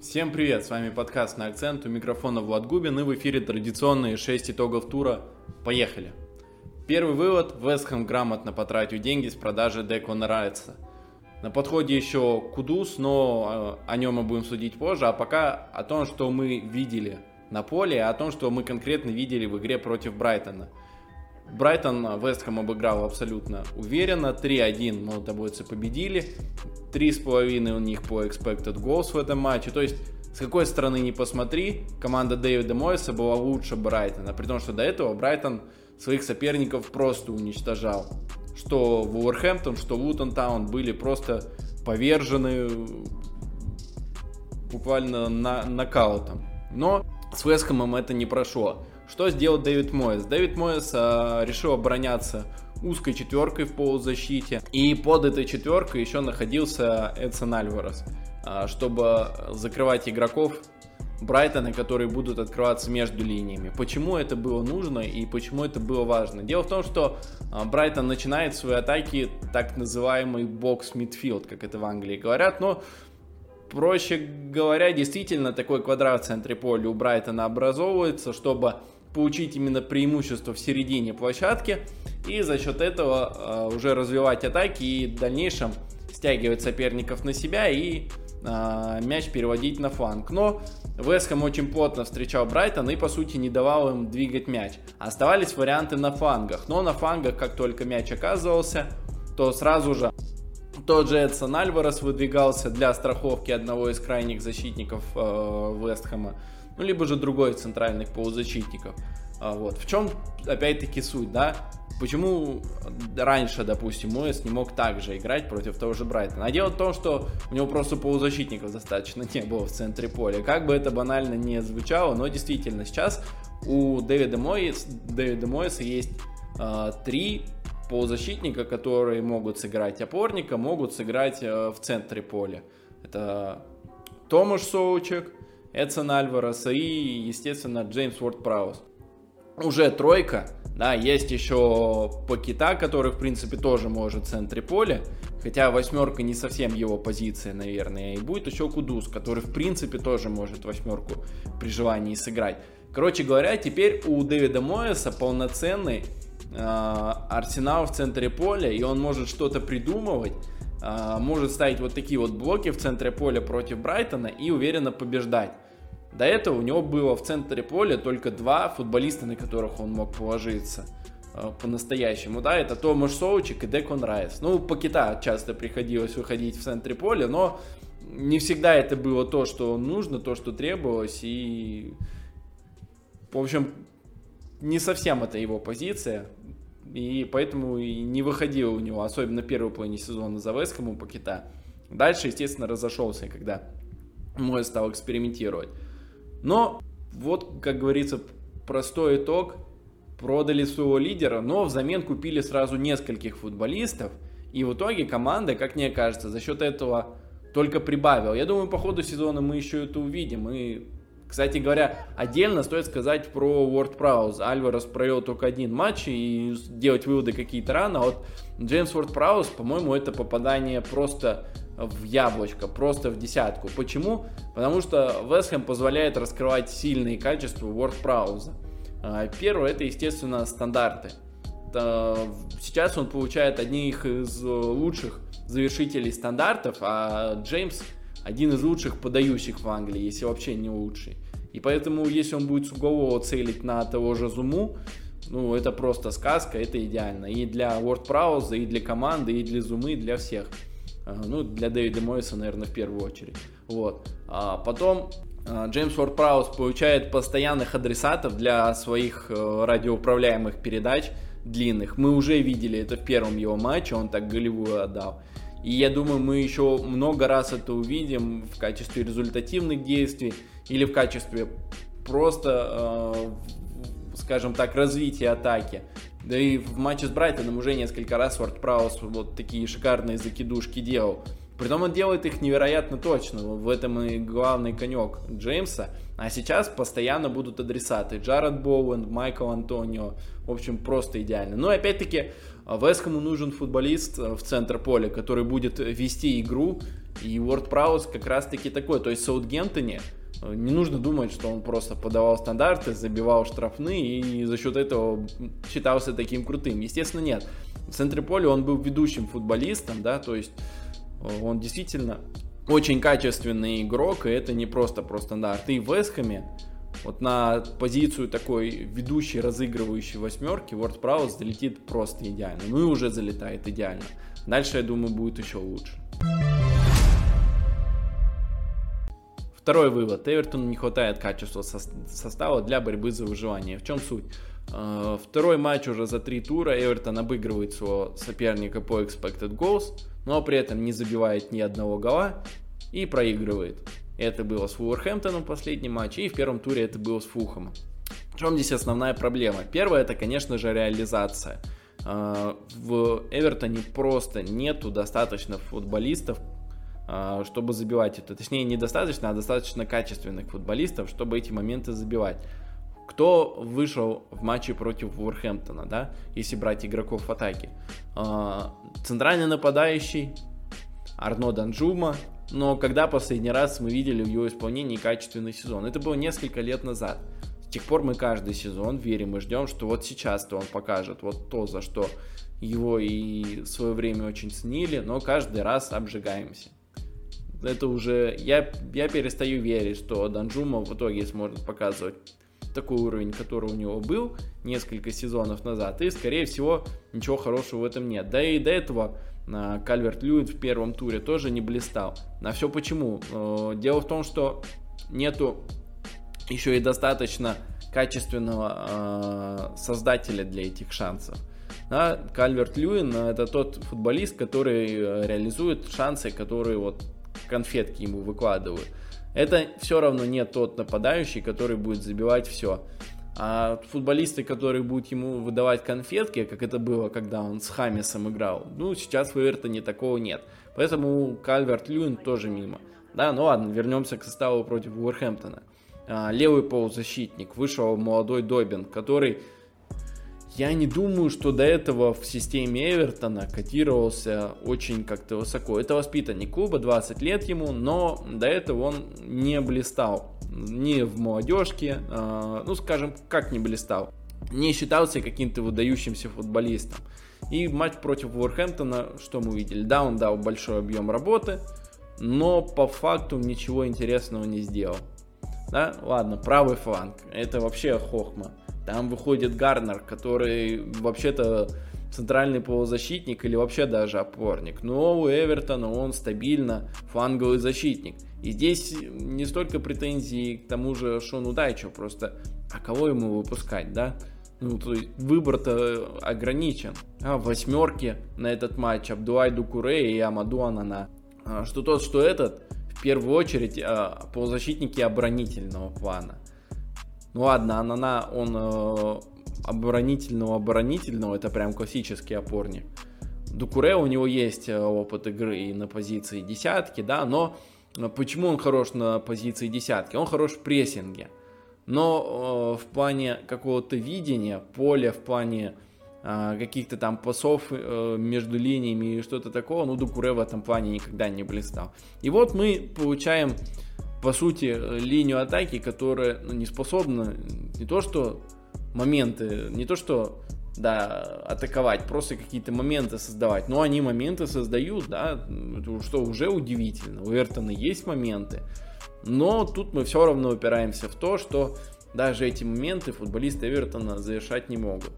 Всем привет, с вами подкаст «На акцент», у микрофона Влад Губин, и в эфире традиционные 6 итогов тура. Поехали! Первый вывод: Вест Хэм грамотно потратил деньги с продажи Деклана Райса. На подходе еще Кудус, но о нем мы будем судить позже, а пока о том, что мы видели на поле, о том, что мы конкретно видели в игре против Брайтона. Брайтон Вест Хэм обыграл абсолютно уверенно, 3-1 молотобойцы победили, 3,5 у них по expected goals в этом матче, то есть с какой стороны ни посмотри, команда Дэвида Мойеса была лучше Брайтона, при том, что до этого Брайтон своих соперников просто уничтожал. Что Вулверхэмптон, что Лутон Таун были просто повержены буквально нокаутом. Но с Вест Хэмом это не прошло. Что сделал Дэвид Мойес? Дэвид Мойес решил обороняться узкой четверкой в полузащите. И под этой четверкой еще находился Эдсон Альварес, чтобы закрывать игроков Брайтона, которые будут открываться между линиями. Почему это было нужно и почему это было важно? Дело в том, что Брайтон начинает свои атаки так называемый бокс-мидфилд, как это в Англии говорят, но проще говоря, действительно такой квадрат в центре поля у Брайтона образовывается, чтобы получить именно преимущество в середине площадки и за счет этого уже развивать атаки и в дальнейшем стягивать соперников на себя и мяч переводить на фланг. Но Вест Хэм очень плотно встречал Брайтон и по сути не давал им двигать мяч. Оставались варианты на флангах, но на флангах, как только мяч оказывался, то сразу же тот же Эдсон Альварес выдвигался для страховки одного из крайних защитников Вест Хэма, ну, либо же другой из центральных полузащитников. Вот. В чем, опять-таки, суть, да? Почему раньше, допустим, Мойес не мог так же играть против того же Брайтона? А дело в том, что у него просто полузащитников достаточно не было в центре поля. Как бы это банально не звучало, но действительно сейчас у Дэвида Мойеса есть 3 полузащитника, которые могут сыграть опорника, могут сыграть в центре поля. Это Томаш Соучек, Эдсон Альварес и, естественно, Джеймс Уорд-Праус. Уже тройка, да, есть еще Пакета, который, в принципе, тоже может в центре поля, хотя восьмерка не совсем его позиция, наверное, и будет еще Кудус, который, в принципе, тоже может восьмерку при желании сыграть. Короче говоря, теперь у Дэвида Мойеса полноценный арсенал в центре поля, и он может что-то придумывать, может ставить вот такие вот блоки в центре поля против Брайтона и уверенно побеждать. До этого у него было в центре поля только 2 футболиста, на которых он мог положиться по-настоящему. Да, это Томаш Соучек и Деклан Райс. Ну, Пакета часто приходилось выходить в центре поля, но не всегда это было то, что нужно, то, что требовалось. И, в общем, не совсем это его позиция. И поэтому и не выходил у него, особенно в первой половине сезона, за Вест Хэмом Пакета. Дальше, естественно, разошелся, когда Мойес стал экспериментировать. Но вот, как говорится, простой итог. Продали своего лидера, но взамен купили сразу нескольких футболистов. И в итоге команда, как мне кажется, за счет этого только прибавила. Я думаю, по ходу сезона мы еще это увидим. И, кстати говоря, отдельно стоит сказать про Уорд-Праус. Альварес провел только 1 матч, и делать выводы какие-то рано. Вот Джеймс Уорд-Праус, по-моему, это попадание просто в яблочко, просто в десятку. Почему? Потому что Вест Хэм позволяет раскрывать сильные качества Уорд-Прауза. Первое, это, естественно, стандарты. Сейчас он получает одних из лучших завершителей стандартов, а Джеймс один из лучших подающих в Англии, если вообще не лучший. И поэтому, если он будет с голову целить на того же Зуму, ну, это просто сказка, это идеально. И для Уорд-Прауза, и для команды, и для Зумы, и для всех. Ну, для Дэвида Мойеса, наверное, в первую очередь. Вот. Потом Джеймс Уорд-Праус получает постоянных адресатов для своих радиоуправляемых передач длинных. Мы уже видели это в первом его матче, он так голевую отдал. И я думаю, мы еще много раз это увидим в качестве результативных действий или в качестве просто, скажем так, развития атаки. Да и в матче с Брайтоном уже несколько раз Уорд-Праус вот такие шикарные закидушки делал. Притом он делает их невероятно точно. В этом и главный конек Джеймса. А сейчас постоянно будут адресаты. Джаред Боуэн, Майкл Антонио. В общем, просто идеально. Но опять-таки Вест Хэму нужен футболист в центр поля, который будет вести игру И Уорд-Праус как раз-таки такой. То есть в Саутгемптоне не нужно думать, что он просто подавал стандарты, забивал штрафные и за счет этого считался таким крутым. Естественно, нет. В центре поля он был ведущим футболистом, да, то есть он действительно очень качественный игрок, и это не просто про стандарты. И в Вест Хэме вот на позицию такой ведущей, разыгрывающей восьмерки Уорд-Праус залетит просто идеально. Ну и уже залетает идеально. Дальше, я думаю, будет еще лучше. Второй вывод. Эвертону не хватает качества состава для борьбы за выживание. В чем суть? Второй матч уже за 3 тура. Эвертон обыгрывает своего соперника по expected goals, но при этом не забивает ни одного гола и проигрывает. Это было с Вулверхэмптоном в последнем матче, и в первом туре это было с Фулхэмом. В чем здесь основная проблема? Первое, это, конечно же, реализация. В Эвертоне просто нету достаточно футболистов, чтобы забивать это. Точнее, недостаточно, а достаточно качественных футболистов, чтобы эти моменты забивать. Кто вышел в матче против Вулверхэмптона, да, если брать игроков в атаке? Центральный нападающий Арно Данджума. Но когда последний раз мы видели в его исполнении качественный сезон? Это было несколько лет назад. С тех пор мы каждый сезон верим и ждем, что вот сейчас-то он покажет вот то, за что его и в свое время очень ценили, но каждый раз обжигаемся. Это уже... Я перестаю верить, что Данджума в итоге сможет показывать такой уровень, который у него был несколько сезонов назад, и, скорее всего, ничего хорошего в этом нет. Да и до этого Кальверт-Льюин в первом туре тоже не блистал. А все почему? Дело в том, что нету еще и достаточно качественного создателя для этих шансов. Да, Кальверт-Льюин — это тот футболист, который реализует шансы, которые вот конфетки ему выкладывают. Это все равно не тот нападающий, который будет забивать все. А футболисты, которые будут ему выдавать конфетки, как это было, когда он с Хамисом играл, ну, сейчас в Эвертоне такого нет. Поэтому Кальверт-Льюин тоже мимо. Да, ну ладно, вернемся к составу против Вулверхэмптона. Левый полузащитник, вышел молодой Добин, который... Я не думаю, что до этого в системе Эвертона котировался очень как-то высоко. Это воспитанник клуба, 20 лет ему, но до этого он не блистал. Ни в молодежке, ну скажем, как не блистал. Не считался каким-то выдающимся футболистом. И матч против Вулверхэмптона, что мы видели? Да, он дал большой объем работы, но по факту ничего интересного не сделал. Да, ладно, правый фланг, это вообще хохма. Там выходит Гарнер, который вообще-то центральный полузащитник или вообще даже опорник. Но у Эвертона он стабильно фланговый защитник. И здесь не столько претензий к тому же Шону Дайчу, просто а кого ему выпускать, да? Ну, то есть выбор-то ограничен. В восьмерке на этот матч Абдулай Дукуре и Амаду Анана. Что тот, что этот, в первую очередь полузащитники оборонительного плана. Ну ладно, Анана, он оборонительного, это прям классический опорник. Дукуре, у него есть опыт игры и на позиции десятки, да, но почему он хорош на позиции десятки? Он хорош в прессинге, но в плане какого-то видения поля, в плане каких-то там пасов между линиями и что-то такого, ну, Дукуре в этом плане никогда не блистал. И вот мы получаем... по сути, линию атаки, которая не способна не то что моменты, не то что, да, атаковать, просто какие-то моменты создавать. Но они моменты создают, да, что уже удивительно. У Эвертона есть моменты, но тут мы все равно упираемся в то, что даже эти моменты футболисты Эвертона завершать не могут.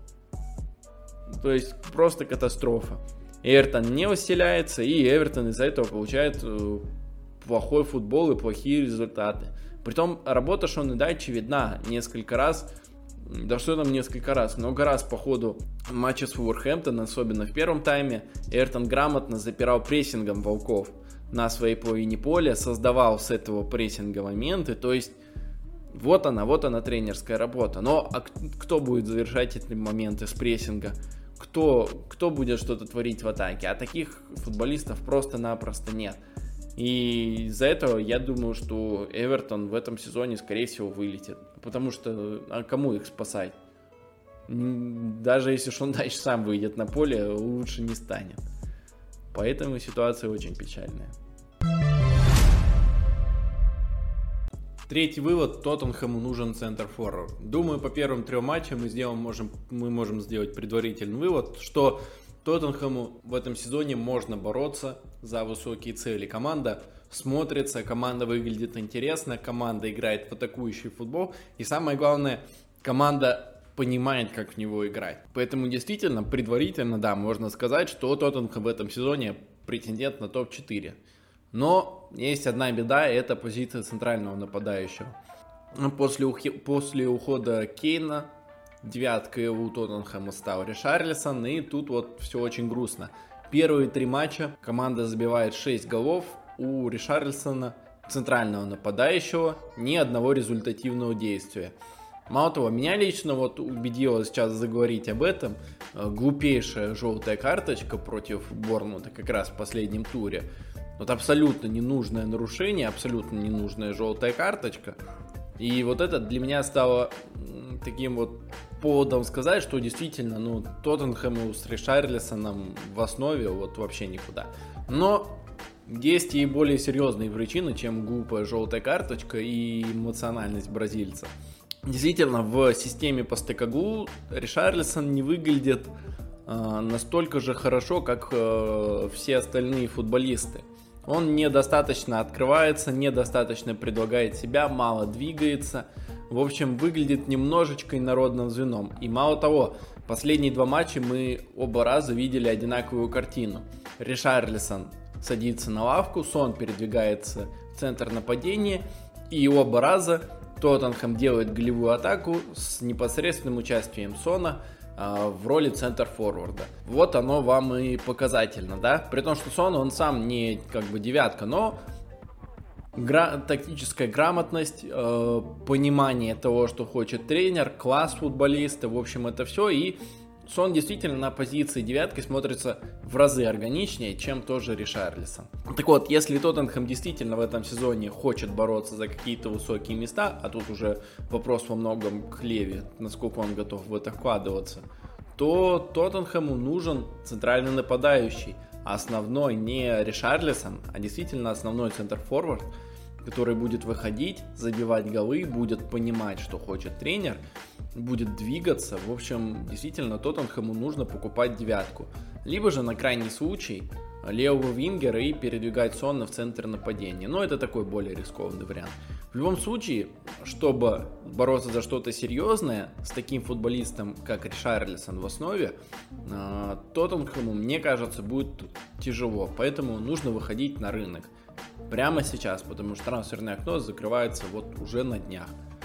То есть просто катастрофа. Эвертон не усиляется, и Эвертон из-за этого получает... плохой футбол и плохие результаты. Притом работа Шона Дайча видна несколько раз, да что там несколько раз, много раз по ходу матча с Вулверхэмптоном, особенно в первом тайме, Эвертон грамотно запирал прессингом волков на своей половине поля, создавал с этого прессинга моменты, то есть вот она тренерская работа. Но кто будет завершать эти моменты с прессинга? Кто будет что-то творить в атаке? А таких футболистов просто-напросто нет. И из-за этого я думаю, что Эвертон в этом сезоне, скорее всего, вылетит. Потому что кому их спасать? Даже если Шон Дайч сам выйдет на поле, лучше не станет. Поэтому ситуация очень печальная. Третий вывод: Тоттенхэму нужен центр-форвард. Думаю, по первым 3 матчам мы можем сделать предварительный вывод, что Тоттенхэму в этом сезоне можно бороться за высокие цели. Команда смотрится, команда выглядит интересно, команда играет в атакующий футбол, и самое главное, команда понимает, как в него играть. Поэтому действительно, предварительно, да, можно сказать, что Тоттенхэм в этом сезоне претендент на топ-4. Но есть одна беда, и это позиция центрального нападающего. После ухода Кейна девяткой у Тоттенхэма стал Ришарлисон, и тут вот все очень грустно. Первые 3 матча команда забивает 6 голов, у Ришарлисона, центрального нападающего, ни одного результативного действия. Мало того, меня лично вот убедило сейчас заговорить об этом глупейшая желтая карточка против Борнмута как раз в последнем туре. Вот абсолютно ненужное нарушение, абсолютно ненужная желтая карточка. И вот это для меня стало таким вот поводом сказать, что действительно, Тоттенхэму с Ришарлисоном в основе вот вообще никуда. Но есть и более серьезные причины, чем глупая желтая карточка и эмоциональность бразильца. Действительно, в системе Постекоглу Ришарлисон не выглядит настолько же хорошо, как все остальные футболисты. Он недостаточно открывается, недостаточно предлагает себя, мало двигается. В общем, выглядит немножечко инородным звеном. И мало того, последние 2 матча мы оба раза видели одинаковую картину. Ришарлисон садится на лавку, Сон передвигается в центр нападения, и оба раза Тоттенхэм делает голевую атаку с непосредственным участием Сона в роли центр-форварда. Вот оно вам и показательно, да? При том, что Сон, он сам не как бы девятка, но тактическая грамотность, понимание того, что хочет тренер, класс футболиста, в общем, это все. И Сон действительно на позиции девятки смотрится в разы органичнее, чем тоже Ришарлисон. Так вот, если Тоттенхэм действительно в этом сезоне хочет бороться за какие-то высокие места, а тут уже вопрос во многом к Леви, насколько он готов в это вкладываться, то Тоттенхэму нужен центральный нападающий. Основной не Ришарлисон, а действительно основной центр-форвард, который будет выходить, забивать голы, будет понимать, что хочет тренер, будет двигаться. В общем, действительно, Тоттенхэму нужно покупать девятку. Либо же на крайний случай левого вингера и передвигать Сона в центр нападения. Но это такой более рискованный вариант. В любом случае, чтобы бороться за что-то серьезное с таким футболистом, как Ришарлисон в основе, Тоттенхэму, мне кажется, будет тяжело. Поэтому нужно выходить на рынок прямо сейчас, потому что трансферное окно закрывается вот уже на днях.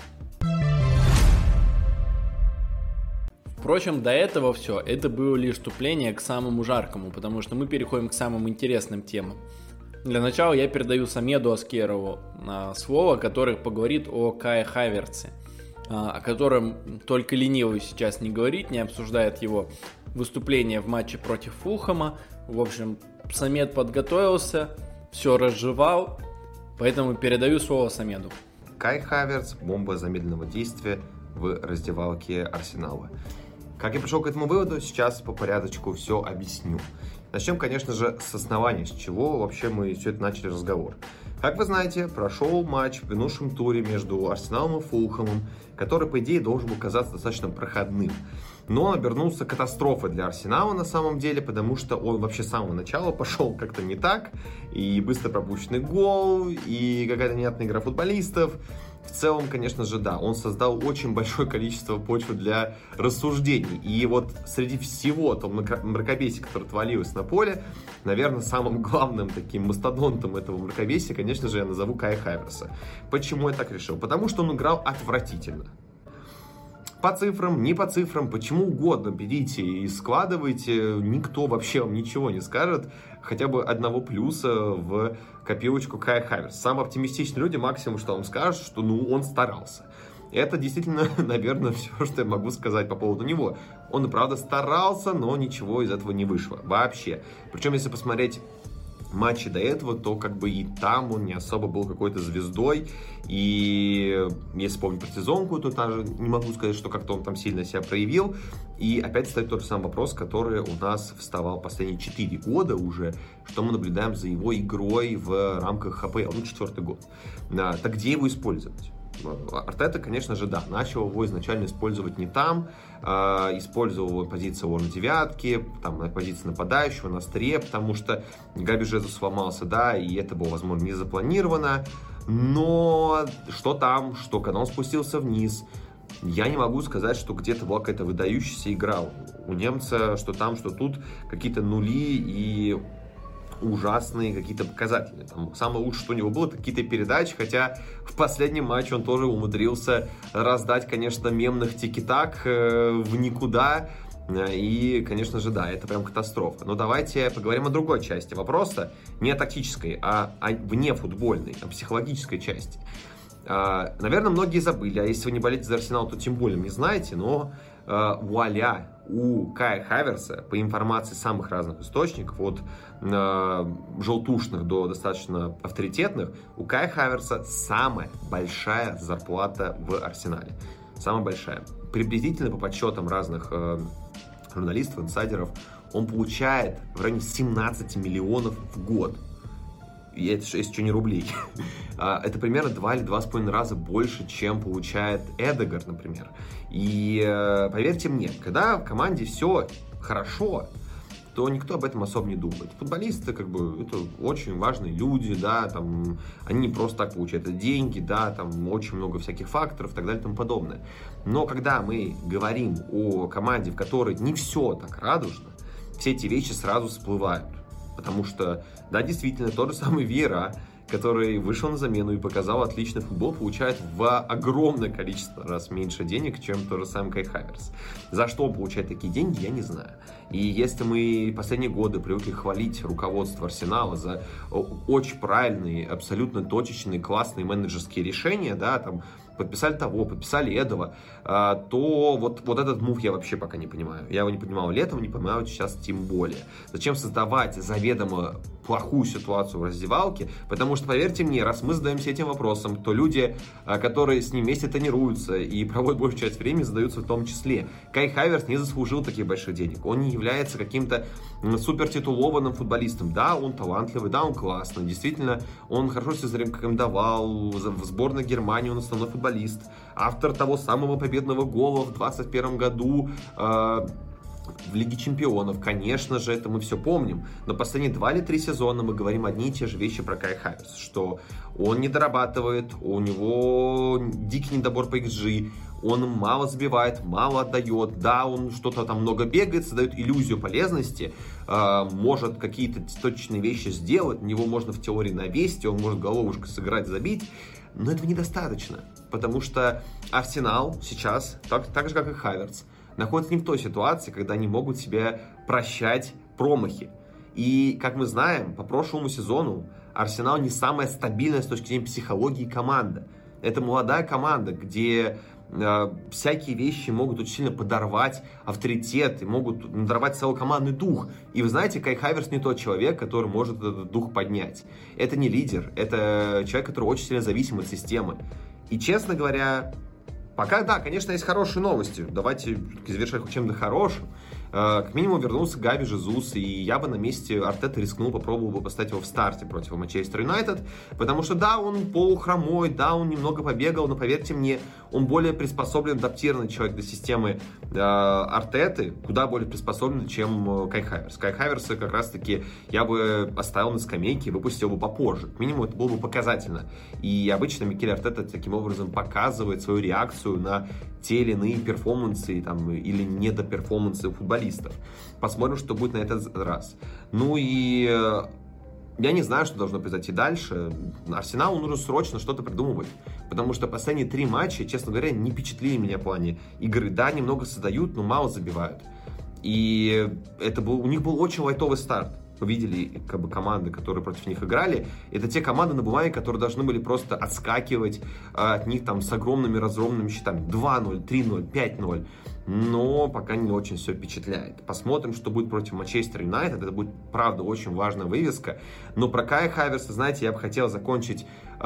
Впрочем, до этого все, это было лишь вступление к самому жаркому, потому что мы переходим к самым интересным темам. Для начала я передаю Самеду Аскерову слово, который поговорит о Кае Хаверце, о котором только ленивый сейчас не говорит, не обсуждает его выступление в матче против Фулхэма. В общем, Самед подготовился, все разжевал, поэтому передаю слово Самеду. Кай Хаверц – бомба замедленного действия в раздевалке Арсенала. Как я пришел к этому выводу, сейчас по порядочку все объясню. Начнем, конечно же, с основания, с чего вообще мы все это начали разговор. Как вы знаете, прошел матч в минувшем туре между Арсеналом и Фулхэмом, который, по идее, должен был казаться достаточно проходным. Но он обернулся катастрофой для Арсенала на самом деле, потому что он вообще с самого начала пошел как-то не так. И быстро пропущенный гол, и какая-то невнятная игра футболистов. В целом, конечно же, да, он создал очень большое количество почвы для рассуждений. И вот среди всего того мракобесия, которое творилось на поле, наверное, самым главным таким мастодонтом этого мракобесия, конечно же, я назову Кая Хаверса. Почему я так решил? Потому что он играл отвратительно. По цифрам, не по цифрам, почему угодно берите и складывайте, никто вообще вам ничего не скажет, хотя бы одного плюса в копилочку Кая Хаверса. Самые оптимистичные люди максимум, что вам скажут, что он старался. Это действительно, наверное, все, что я могу сказать по поводу него. Он и правда старался, но ничего из этого не вышло вообще. Причем, если посмотреть матчи до этого, то как бы и там он не особо был какой-то звездой. И если помню про сезонку, то даже не могу сказать, что как-то он там сильно себя проявил. И опять стоит тот же самый вопрос, который у нас вставал последние 4 года уже, что мы наблюдаем за его игрой в рамках ХПЛ, 4-й год. Так где его использовать? Артета, конечно же, да, начал его изначально использовать не там, использовал его позицию его на девятке, там, на позиции нападающего, на острие, потому что Габи Жезус сломался, да, и это было, возможно, не запланировано, но что там, что когда он спустился вниз, я не могу сказать, что где-то была какая-то выдающаяся игра у немца, что там, что тут, какие-то нули и ужасные какие-то показатели. Там самое лучшее, что у него было, это какие-то передачи, хотя в последнем матче он тоже умудрился раздать, конечно, мемных тики-так в никуда. И, конечно же, да, это прям катастрофа. Но давайте поговорим о другой части вопроса, не о тактической, а о вне футбольной, о психологической части. Наверное, многие забыли, а если вы не болеете за Арсенал, то тем более не знаете, но вуаля, у Кая Хаверса, по информации самых разных источников, от желтушных до достаточно авторитетных, у Кая Хаверса самая большая зарплата в Арсенале. Самая большая. Приблизительно по подсчетам разных журналистов, инсайдеров, он получает в районе 17 миллионов в год. И это еще не рублей. Это примерно 2 или 2,5 раза больше, чем получает Эдегар, например. И поверьте мне, когда в команде все хорошо, то никто об этом особо не думает. Футболисты, как бы, это очень важные люди, да, там, они не просто так получают деньги, да, там, очень много всяких факторов и так далее и тому подобное. Но когда мы говорим о команде, в которой не все так радужно, все эти вещи сразу всплывают. Потому что, да, действительно, тот же самый Вейра, который вышел на замену и показал отличный футбол, получает в огромное количество раз меньше денег, чем тот же самый Кай Хаверс. За что он получает такие деньги, я не знаю. И если мы последние годы привыкли хвалить руководство Арсенала за очень правильные, абсолютно точечные, классные менеджерские решения, да, там, подписали того, подписали этого, то вот этот мув я вообще пока не понимаю. Я его не понимал летом, не понимаю сейчас тем более. Зачем создавать заведомо плохую ситуацию в раздевалке? Потому что, поверьте мне, раз мы задаемся этим вопросом, то люди, которые с ним вместе тренируются и проводят большую часть времени, задаются в том числе. Кай Хаверс не заслужил таких больших денег. Он не является каким-то супер титулованным футболистом. Да, он талантливый, да, он классный. Действительно, он хорошо себя зарекомендовал. В сборной Германии он основной футболист. Автор того самого победного гола в 2021 году в Лиге Чемпионов. Конечно же, это мы все помним. Но последние 2 или 3 сезона мы говорим одни и те же вещи про Кая Хаверса. Что он не дорабатывает, у него дикий недобор по XG, он мало забивает, мало отдает. Да, он что-то там много бегает, создает иллюзию полезности, может какие-то точные вещи сделать, на него можно в теории навесить, он может головушкой сыграть, забить. Но этого недостаточно, потому что Арсенал сейчас, так же как и Хаверс, находится не в той ситуации, когда они могут себе прощать промахи. И, как мы знаем, по прошлому сезону Арсенал не самая стабильная с точки зрения психологии команда. Это молодая команда, где всякие вещи могут очень сильно подорвать авторитет и могут надорвать целый командный дух. И вы знаете, Кай Хаверс не тот человек, который может этот дух поднять. Это не лидер, это человек, который очень сильно зависим от системы. И, честно говоря, пока, да, конечно, есть хорошие новости. Давайте завершать хоть чем-то хорошим. Как минимум вернулся Габи Жезус, и я бы на месте Артета рискнул, попробовал бы поставить его в старте против Манчестер Юнайтед, потому что, да, он полухромой, да, он немного побегал, но, поверьте мне, он более приспособлен, адаптированный человек для системы Артеты, куда более приспособлен, чем Кай Хаверс. Кай Хаверса как раз-таки я бы оставил на скамейке и выпустил бы попозже. К минимуму это было бы показательно. И обычно Микель Артета таким образом показывает свою реакцию на те или иные перформансы там, или недоперформансы футболистов. Посмотрим, что будет на этот раз. Ну и я не знаю, что должно произойти дальше. Арсеналу нужно срочно что-то придумывать. Потому что последние 3 матча, честно говоря, не впечатлили меня в плане игры. Да, немного создают, но мало забивают. И у них был очень лайтовый старт. Вы видели как бы команды, которые против них играли. Это те команды на бумаге, которые должны были просто отскакивать от них там с огромными разгромными счетами. 2-0, 3-0, 5-0. Но пока не очень все впечатляет. Посмотрим, что будет против Манчестер Юнайтед. Это будет, правда, очень важная вывеска. Но про Кая Хаверса, знаете, я бы хотел закончить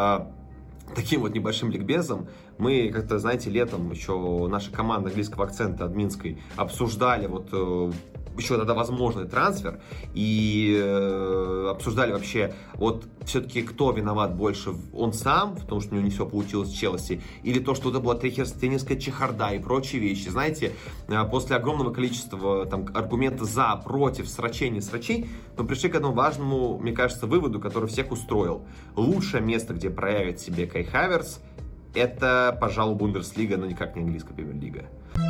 таким вот небольшим ликбезом. Мы как-то, знаете, летом еще наша команда английского акцента админской обсуждали вот еще тогда возможный трансфер, и обсуждали вообще, вот все-таки кто виноват больше, он сам, потому что у него не все получилось в Челси, или то, что это была тренерская чехарда и прочие вещи. Знаете, после огромного количества там аргументов за, против, срачей, не срачей, мы пришли к этому важному, мне кажется, выводу, который всех устроил. Лучшее место, где проявит себе Кай Хаверс, это, пожалуй, Бундеслига, но никак не английская премьер-лига.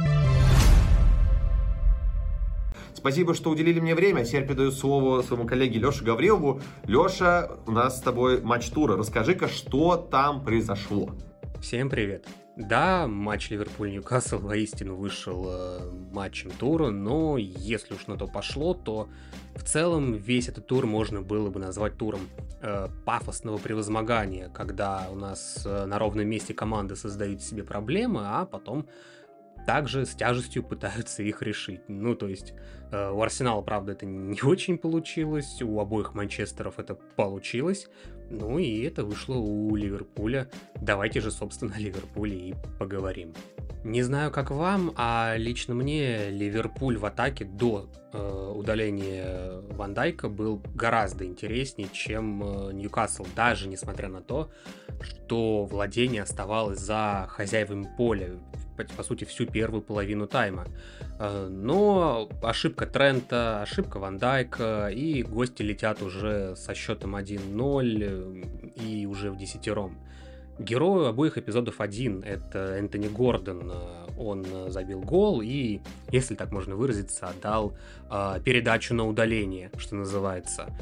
Спасибо, что уделили мне время. Теперь передаю слово своему коллеге Леше Гаврилову. Леша, у нас с тобой матч тура. Расскажи-ка, что там произошло. Всем привет. Да, матч Ливерпуль-Ньюкасл воистину вышел матчем тура, но если уж на то пошло, то в целом весь этот тур можно было бы назвать туром пафосного превозмогания, когда у нас на ровном месте команды создают себе проблемы, а потом также с тяжестью пытаются их решить. Ну, то есть, у Арсенала, правда, это не очень получилось, у обоих Манчестеров это получилось, ну и это вышло у Ливерпуля. Давайте же, собственно, о Ливерпуле и поговорим. Не знаю, как вам, а лично мне Ливерпуль в атаке до удаления Ван Дайка был гораздо интереснее, чем Ньюкасл, даже несмотря на то, что владение оставалось за хозяевами поля, по сути, всю первую половину тайма. Но ошибка Трента, ошибка Ван Дайка, и гости летят уже со счетом 1-0 и уже в десятером. Герой обоих эпизодов один — это Энтони Гордон. Он забил гол и, если так можно выразиться, отдал передачу на удаление, что называется.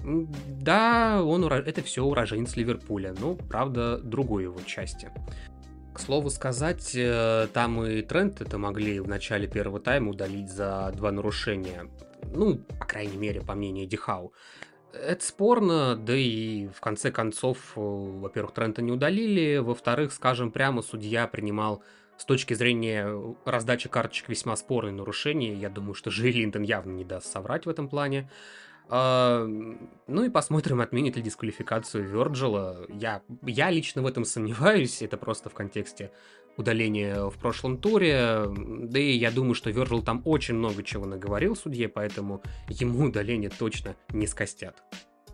Да, это все уроженец Ливерпуля, но, правда, другой его части. К слову сказать, там и Трент это могли в начале первого тайма удалить за 2 нарушения. Ну, по крайней мере, по мнению Эдди Хау. Это спорно, да и в конце концов, во-первых, Трента не удалили, во-вторых, скажем прямо, судья принимал с точки зрения раздачи карточек весьма спорные нарушения. Я думаю, что Джей Линдон явно не даст соврать в этом плане. Ну и посмотрим, отменит ли дисквалификацию Вёрджила. Я лично в этом сомневаюсь, это просто в контексте удаления в прошлом туре. Да и я думаю, что Вёрджил там очень много чего наговорил судье, поэтому ему удаление точно не скостят.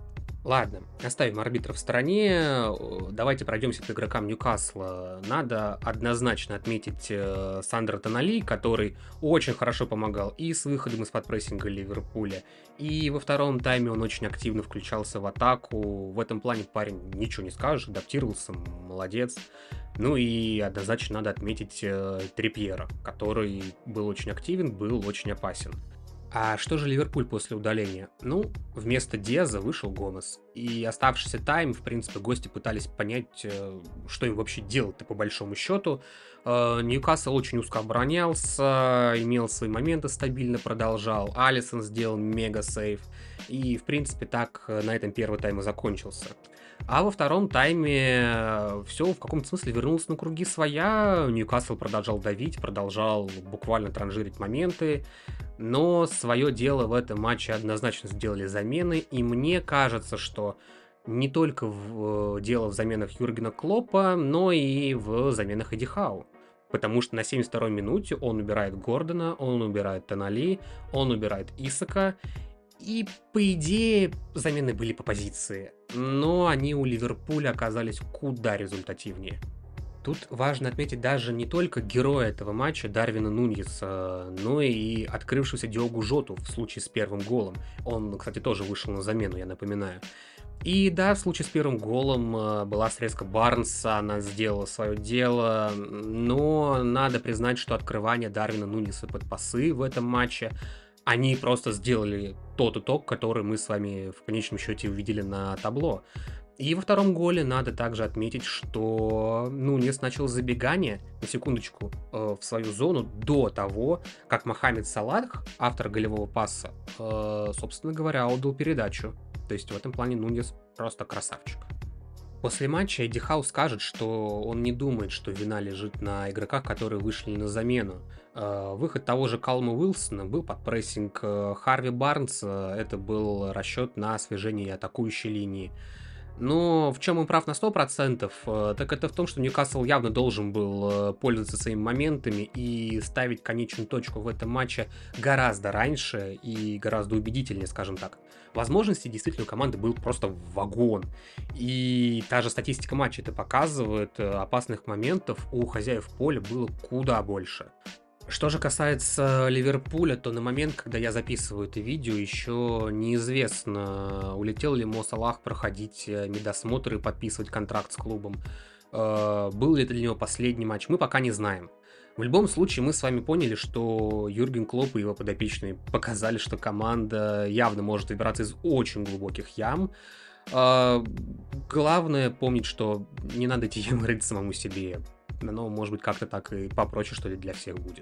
Ладно, оставим арбитра в стороне, давайте пройдемся по игрокам Ньюкасла. Надо однозначно отметить Сандро Тонали, который очень хорошо помогал и с выходом из-под прессинга Ливерпуля, и во втором тайме он очень активно включался в атаку. В этом плане парень ничего не скажешь, адаптировался, молодец. Ну и однозначно надо отметить Трипьера, который был очень активен, был очень опасен. А что же Ливерпуль после удаления? Ну, вместо Диаза вышел Гомес. И оставшийся тайм, в принципе, гости пытались понять, что им вообще делать-то по большому счету. Ньюкасл очень узко оборонялся, имел свои моменты, стабильно продолжал. Алисон сделал мега-сейв. И, в принципе, так на этом первый тайм и закончился. А во втором тайме все в каком-то смысле вернулось на круги своя. Ньюкасл продолжал давить, продолжал буквально транжирить моменты. Но свое дело в этом матче однозначно сделали замены. И мне кажется, что не только дело в заменах Юргена Клоппа, но и в заменах Эдди Хау. Потому что на 72-й минуте он убирает Гордона, он убирает Тонали, он убирает Исака. И, по идее, замены были по позиции, но они у Ливерпуля оказались куда результативнее. Тут важно отметить даже не только героя этого матча Дарвина Нуньеса, но и открывшегося Диогу Жоту в случае с первым голом. Он, кстати, тоже вышел на замену, я напоминаю. И да, в случае с первым голом была срезка Барнса, она сделала свое дело, но надо признать, что открывание Дарвина Нуньеса под пасы в этом матче, они просто сделали тот итог, который мы с вами в конечном счете увидели на табло. И во втором голе надо также отметить, что Нуньес начал забегание, на секундочку, в свою зону до того, как Мохаммед Салах, автор голевого паса, собственно говоря, отдал передачу. То есть в этом плане Нуньес просто красавчик. После матча Эдди Хау скажет, что он не думает, что вина лежит на игроках, которые вышли на замену. Выход того же Калума Уилсона был под прессинг Харви Барнса, это был расчет на освежение атакующей линии. Но в чем он прав на 100%, так это в том, что Ньюкасл явно должен был пользоваться своими моментами и ставить конечную точку в этом матче гораздо раньше и гораздо убедительнее, скажем так. Возможностей действительно у команды был просто вагон. И та же статистика матча это показывает, опасных моментов у хозяев поля было куда больше. Что же касается Ливерпуля, то на момент, когда я записываю это видео, еще неизвестно, улетел ли Мо Салах проходить медосмотр и подписывать контракт с клубом. Был ли это для него последний матч, мы пока не знаем. В любом случае, мы с вами поняли, что Юрген Клопп и его подопечные показали, что команда явно может выбираться из очень глубоких ям. Главное помнить, что не надо эти ямы рыть самому себе. Но, может быть, как-то так и попроще, что ли, для всех будет.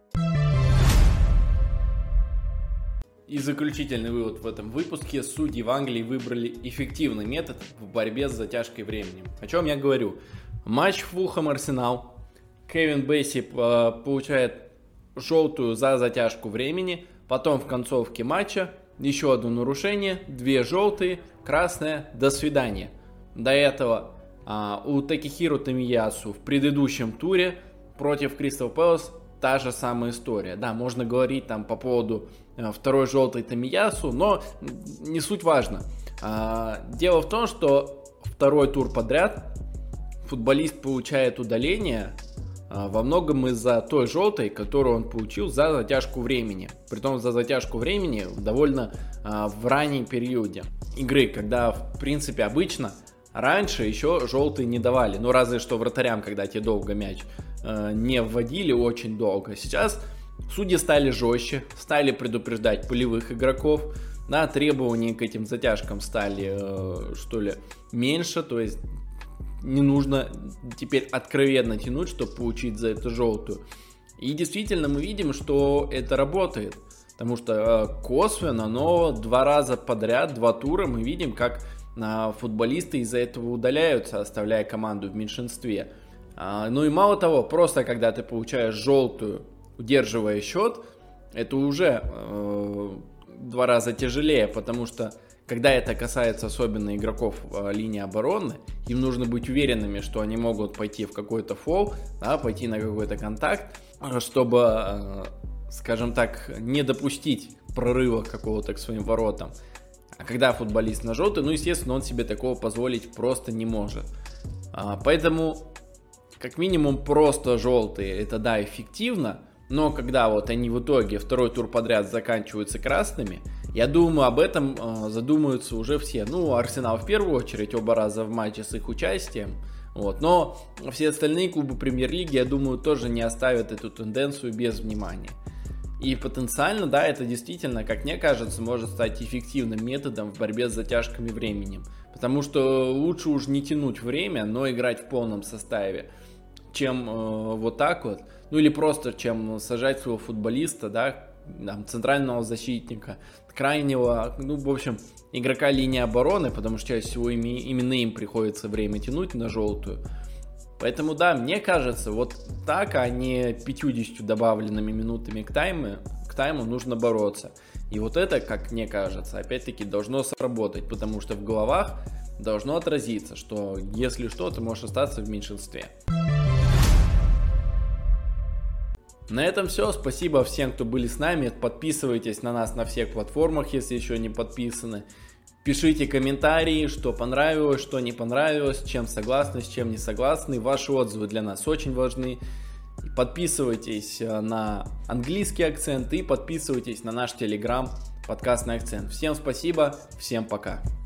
И заключительный вывод в этом выпуске. Судьи в Англии выбрали эффективный метод в борьбе с затяжкой временем. О чем я говорю? Матч Фулхэм-Арсенал. Кевин Бейси получает желтую за затяжку времени. Потом в концовке матча еще одно нарушение. 2 желтые, красная, до свидания. До этого у Такихиро Томиясу в предыдущем туре против Кристал Пэлас та же самая история. Да, можно говорить там по поводу второй желтой Томиясу, но не суть важно. Дело в том, что второй тур подряд футболист получает удаление во многом из-за той желтой, которую он получил за затяжку времени. Притом за затяжку времени довольно в раннем периоде игры, когда в принципе обычно раньше еще желтые не давали, ну разве что вратарям, когда тебе долго мяч не вводили очень долго. Сейчас судьи стали жестче, стали предупреждать полевых игроков, да, требования к этим затяжкам стали, что ли, меньше, то есть не нужно теперь откровенно тянуть, чтобы получить за это желтую. И действительно мы видим, что это работает, потому что косвенно, но 2 раза подряд, 2 тура мы видим, как футболисты из-за этого удаляются, оставляя команду в меньшинстве. Ну и мало того, просто когда ты получаешь желтую, удерживая счет, это уже 2 раза тяжелее, потому что когда это касается особенно игроков линии обороны, им нужно быть уверенными, что они могут пойти в какой-то фол, да, пойти на какой-то контакт, чтобы, скажем так, не допустить прорыва какого-то к своим воротам. А когда футболист на желтый, ну, естественно, он себе такого позволить просто не может. Поэтому, как минимум, просто желтые, это да, эффективно, но когда вот они в итоге второй тур подряд заканчиваются красными, я думаю, об этом задумаются уже все. Ну, Арсенал в первую очередь, оба раза в матче с их участием. Вот. Но все остальные клубы премьер-лиги, я думаю, тоже не оставят эту тенденцию без внимания. И потенциально, да, это действительно, как мне кажется, может стать эффективным методом в борьбе с затяжками временем. Потому что лучше уж не тянуть время, но играть в полном составе, чем вот так вот. Ну или просто, чем сажать своего футболиста, да, там, центрального защитника, крайнего, ну, в общем, игрока линии обороны, потому что чаще всего именно им приходится время тянуть на желтую. Поэтому, да, мне кажется, вот так, а не 50 добавленными минутами к тайму нужно бороться. И вот это, как мне кажется, опять-таки должно сработать, потому что в головах должно отразиться, что если что, ты можешь остаться в меньшинстве. На этом все. Спасибо всем, кто были с нами. Подписывайтесь на нас на всех платформах, если еще не подписаны. Пишите комментарии, что понравилось, что не понравилось, с чем согласны, с чем не согласны. Ваши отзывы для нас очень важны. Подписывайтесь на английский акцент и подписывайтесь на наш телеграм «Подкастный акцент». Всем спасибо, всем пока.